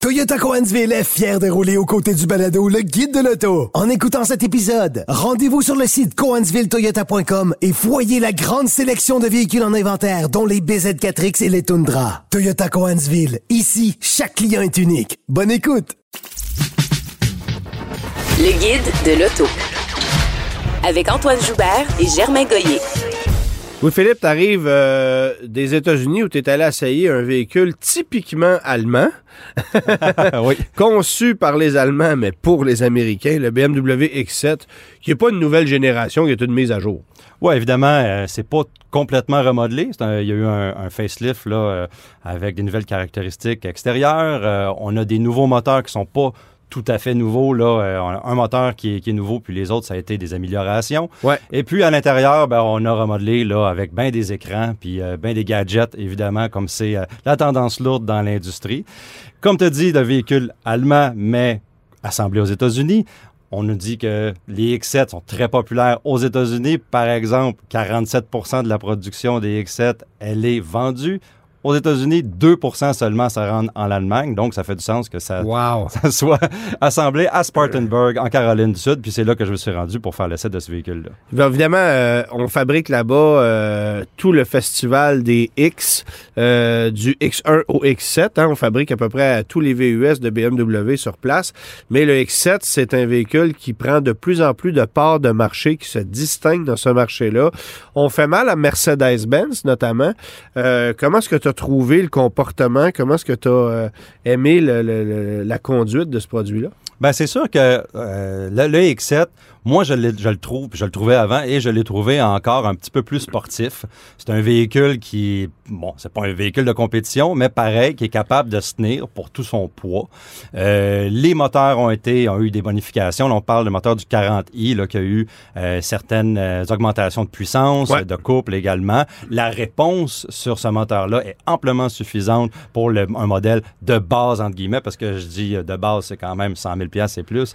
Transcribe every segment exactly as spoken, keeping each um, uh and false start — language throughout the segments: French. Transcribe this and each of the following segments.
Toyota Cohensville est fier de rouler aux côtés du balado Le Guide de l'auto. En écoutant cet épisode, rendez-vous sur le site cohensville toyota point com et voyez la grande sélection de véhicules en inventaire, dont les B Z quatre X et les Tundra. Toyota Cohensville. Ici, chaque client est unique. Bonne écoute! Le Guide de l'auto. Avec Antoine Joubert et Germain Goyer. Oui, Philippe, t'arrives euh, des États-Unis où t'es allé essayer un véhicule typiquement allemand. Oui. Conçu par les Allemands, mais pour les Américains, le B M W X sept, qui n'est pas une nouvelle génération, qui est une mise à jour. Oui, évidemment, euh, c'est pas complètement remodelé. C'est un, il y a eu un, un facelift là, euh, avec des nouvelles caractéristiques extérieures. Euh, on a des nouveaux moteurs qui sont pas tout à fait nouveau, là. Euh, on a un moteur qui est, qui est nouveau, puis les autres, ça a été des améliorations. Ouais. Et puis, à l'intérieur, ben, on a remodelé, là, avec bien des écrans, puis euh, bien des gadgets, évidemment, comme c'est euh, la tendance lourde dans l'industrie. Comme tu as dit, le véhicule allemand, mais assemblé aux États-Unis. On nous dit que les X sept sont très populaires aux États-Unis. Par exemple, quarante-sept pour cent de la production des X sept, elle est vendue. Aux États-Unis, deux pour cent seulement se rendent en Allemagne, donc ça fait du sens que ça, wow. ça soit assemblé à Spartanburg, en Caroline du Sud, puis c'est là que je me suis rendu pour faire l'essai de ce véhicule-là. Bien, évidemment, euh, on fabrique là-bas euh, tout le festival des X, euh, du X un au X sept. Hein, on fabrique à peu près tous les V U S de B M W sur place, mais le X sept, c'est un véhicule qui prend de plus en plus de parts de marché, qui se distingue dans ce marché-là. On fait mal à Mercedes-Benz, notamment. Euh, comment est-ce que tu as trouvé le comportement? Comment est-ce que tu as euh, aimé le, le, le, la conduite de ce produit-là? Bien, c'est sûr que euh, le, le X sept, moi, je, je le trouve, je le trouvais avant et je l'ai trouvé encore un petit peu plus sportif. C'est un véhicule qui, bon, c'est pas un véhicule de compétition, mais pareil, qui est capable de se tenir pour tout son poids. Euh, les moteurs ont été, ont eu des bonifications. Là, on parle du moteur du quarante i, là, qui a eu euh, certaines euh, augmentations de puissance, ouais. de couple également. La réponse sur ce moteur-là est amplement suffisante pour le, un modèle de base, entre guillemets, parce que je dis de base, c'est quand même cent mille dollars, c'est plus.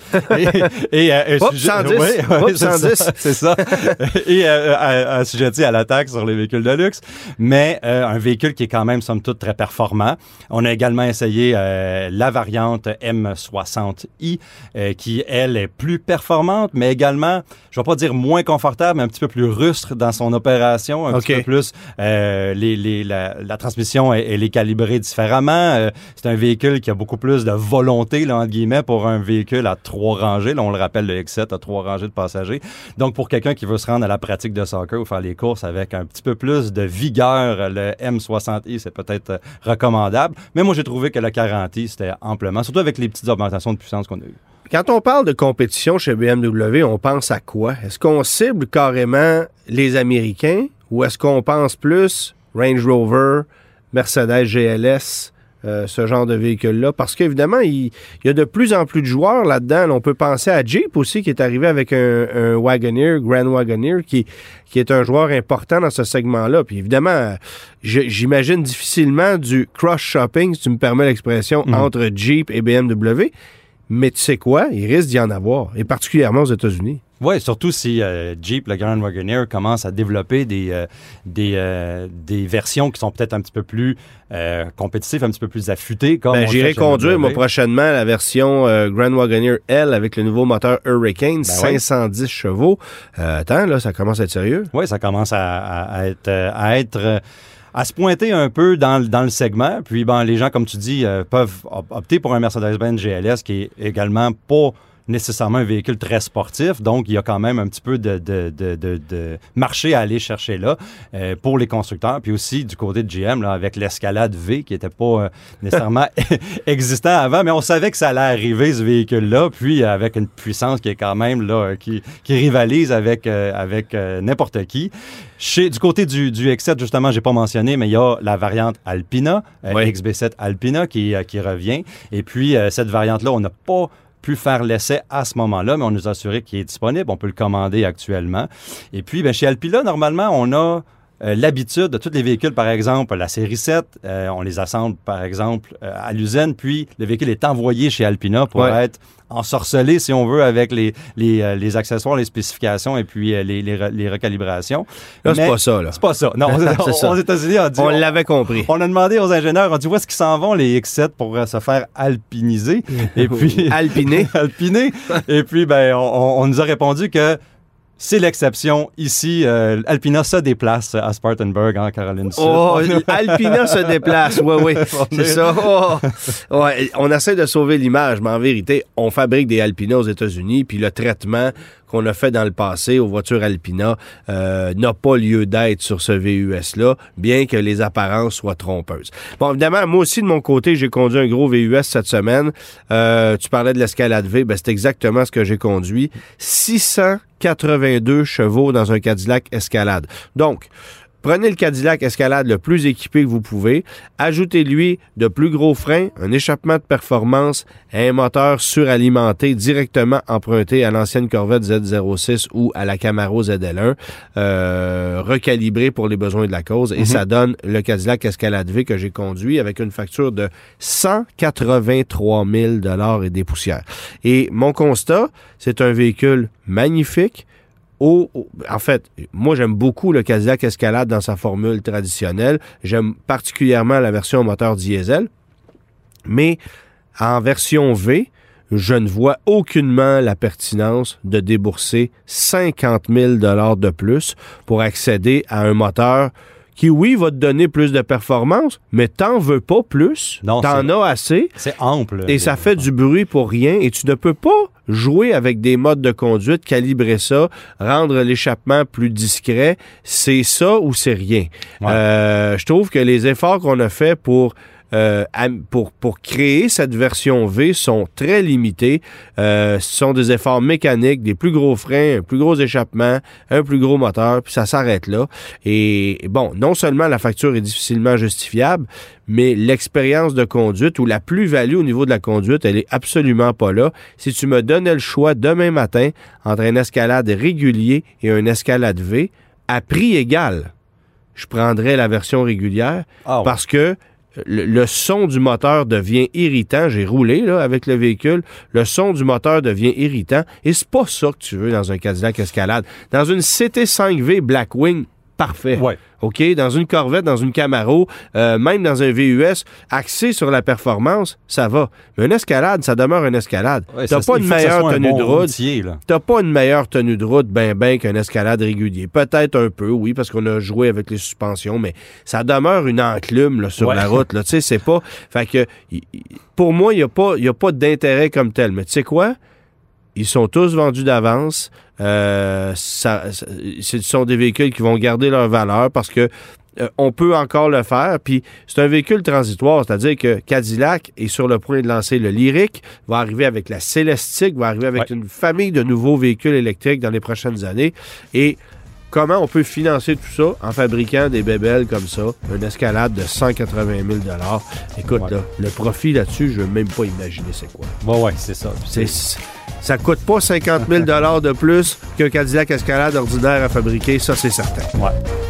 Et, et, euh, Oups, cent dix. Oui, oui, Oups, c'est cent dix. ça, c'est ça. Et euh, assujetti à, à la taxe sur les véhicules de luxe, mais euh, un véhicule qui est quand même, somme toute, très performant. On a également essayé euh, la variante M soixante i, euh, qui, elle, est plus performante, mais également, je ne vais pas dire moins confortable, mais un petit peu plus rustre dans son opération, un okay. petit peu plus. Euh, les, les, la, la transmission, elle, elle est calibrée différemment. Euh, c'est un véhicule qui a beaucoup plus de volonté, là, entre guillemets, pour un véhicule à trois rangées. Là, on le rappelle, le X sept a trois rangées de passagers. Donc, pour quelqu'un qui veut se rendre à la pratique de soccer ou faire les courses avec un petit peu plus de vigueur, le M soixante i, c'est peut-être recommandable. Mais moi, j'ai trouvé que le quarante i, c'était amplement, surtout avec les petites augmentations de puissance qu'on a eues. Quand on parle de compétition chez B M W, on pense à quoi? Est-ce qu'on cible carrément les Américains ou est-ce qu'on pense plus Range Rover, Mercedes G L S, euh, ce genre de véhicule-là? Parce qu'évidemment, il, il y a de plus en plus de joueurs là-dedans. Là, on peut penser à Jeep aussi, qui est arrivé avec un, un Wagoneer, Grand Wagoneer, qui, qui est un joueur important dans ce segment-là. Puis évidemment, je, j'imagine difficilement du cross-shopping, si tu me permets l'expression, mmh. entre Jeep et B M W. Mais tu sais quoi? Il risque d'y en avoir, et particulièrement aux États-Unis. Oui, surtout si euh, Jeep, le Grand Wagoneer, commence à développer des, euh, des, euh, des versions qui sont peut-être un petit peu plus euh, compétitives, un petit peu plus affûtées. Comme ben, j'irai conduire, moi, prochainement, la version euh, Grand Wagoneer L avec le nouveau moteur Hurricane, ben cinq cent dix oui. chevaux. Euh, attends, là, ça commence à être sérieux. Oui, ça commence à, à, à être... À être euh, à se pointer un peu dans, dans le segment. Puis, ben, les gens, comme tu dis, euh, peuvent opter pour un Mercedes-Benz G L S qui est également pas nécessairement un véhicule très sportif, donc il y a quand même un petit peu de, de, de, de, de marché à aller chercher là euh, pour les constructeurs, puis aussi du côté de G M, là, avec l'Escalade V qui n'était pas euh, nécessairement existant avant, mais on savait que ça allait arriver, ce véhicule-là, puis avec une puissance qui est quand même là, qui, qui rivalise avec, euh, avec euh, n'importe qui. Chez, du côté du, du X sept, justement, j'ai pas mentionné, mais il y a la variante Alpina, euh, oui. X B sept Alpina qui, euh, qui revient, et puis euh, cette variante-là, on n'a pas pu faire l'essai à ce moment-là, mais on nous a assuré qu'il est disponible. On peut le commander actuellement. Et puis, ben, chez Alpina, normalement, on a euh, l'habitude de tous les véhicules, par exemple, la série sept, euh, on les assemble, par exemple, euh, à l'usine, puis le véhicule est envoyé chez Alpina pour ouais. être ensorcelé, si on veut, avec les, les, euh, les accessoires, les spécifications et puis euh, les, les, les recalibrations. Là, c'est pas ça, là. C'est pas ça. Non, c'est ça. Aux États-Unis, on dit... On, on l'avait compris. On a demandé aux ingénieurs, on dit, où est-ce qu'ils s'en vont, les X sept, pour euh, se faire alpiniser? Et puis... Alpiner. Alpiner. Et puis, ben, on, on nous a répondu que c'est l'exception. Ici, euh, Alpina se déplace à Spartanburg, en Caroline du Sud. Oh, Alpina se déplace, oui, oui, c'est ça. Oh. Ouais, on essaie de sauver l'image, mais en vérité, on fabrique des Alpina aux États-Unis, puis le traitement qu'on a fait dans le passé aux voitures Alpina euh, n'a pas lieu d'être sur ce V U S-là, bien que les apparences soient trompeuses. Bon, évidemment, moi aussi, de mon côté, j'ai conduit un gros V U S cette semaine. Euh, tu parlais de l'Escalade V, ben, c'est exactement ce que j'ai conduit. six cent quatre-vingt-deux chevaux dans un Cadillac Escalade. Donc, prenez le Cadillac Escalade le plus équipé que vous pouvez, ajoutez-lui de plus gros freins, un échappement de performance et un moteur suralimenté directement emprunté à l'ancienne Corvette Z zéro six ou à la Camaro Z L un, euh, recalibré pour les besoins de la cause, et mm-hmm. ça donne le Cadillac Escalade V que j'ai conduit avec une facture de cent quatre-vingt-trois mille dollars et des poussières. Et mon constat, c'est un véhicule magnifique. Au, au, en fait, moi, j'aime beaucoup le Cadillac Escalade dans sa formule traditionnelle. J'aime particulièrement la version moteur diesel. Mais en version V, je ne vois aucunement la pertinence de débourser cinquante mille dollars de plus pour accéder à un moteur qui, oui, va te donner plus de performance, mais t'en veux pas plus. Non, t'en as assez. C'est ample. Et ça fait du bruit pour rien. Et tu ne peux pas jouer avec des modes de conduite, calibrer ça, rendre l'échappement plus discret. C'est ça ou c'est rien. Ouais. Euh, je trouve que les efforts qu'on a fait pour... Euh, pour, pour créer cette version V sont très limités. Euh, ce sont des efforts mécaniques, des plus gros freins, un plus gros échappement, un plus gros moteur, puis ça s'arrête là. Et bon, non seulement la facture est difficilement justifiable, mais l'expérience de conduite ou la plus-value au niveau de la conduite, elle est absolument pas là. Si tu me donnais le choix demain matin entre un Escalade régulier et un Escalade V, à prix égal, je prendrais la version régulière oh. parce que Le, le son du moteur devient irritant. J'ai roulé là, avec le véhicule. Le son du moteur devient irritant. Et c'est pas ça que tu veux dans un Cadillac Escalade. Dans une C T cinq V Blackwing, parfait. Ouais. OK? Dans une Corvette, dans une Camaro, euh, même dans un V U S, axé sur la performance, ça va. Mais une Escalade, ça demeure une Escalade. Ouais, ça, T'as pas une meilleure tenue bon de route. Routier, T'as pas une meilleure tenue de route, ben ben, qu'un Escalade régulier. Peut-être un peu, oui, parce qu'on a joué avec les suspensions, mais ça demeure une enclume là, sur ouais. la route. Tu sais, c'est pas... Fait que, pour moi, il n'y a pas, y a pas d'intérêt comme tel. Mais tu sais quoi? Ils sont tous vendus d'avance. Euh, ça, ça, ce sont des véhicules qui vont garder leur valeur parce que euh, on peut encore le faire. Puis c'est un véhicule transitoire, c'est-à-dire que Cadillac est sur le point de lancer le Lyriq, va arriver avec la Celestiq, va arriver avec ouais. une famille de nouveaux véhicules électriques dans les prochaines années. Et comment on peut financer tout ça en fabriquant des bébelles comme ça, une Escalade de cent quatre-vingt mille dollars. Écoute, ouais. là, le profit là-dessus, je ne veux même pas imaginer c'est quoi. Oui, oui, c'est ça. C'est, ça coûte pas cinquante mille dollars de plus qu'un Cadillac Escalade ordinaire à fabriquer, ça c'est certain. Ouais.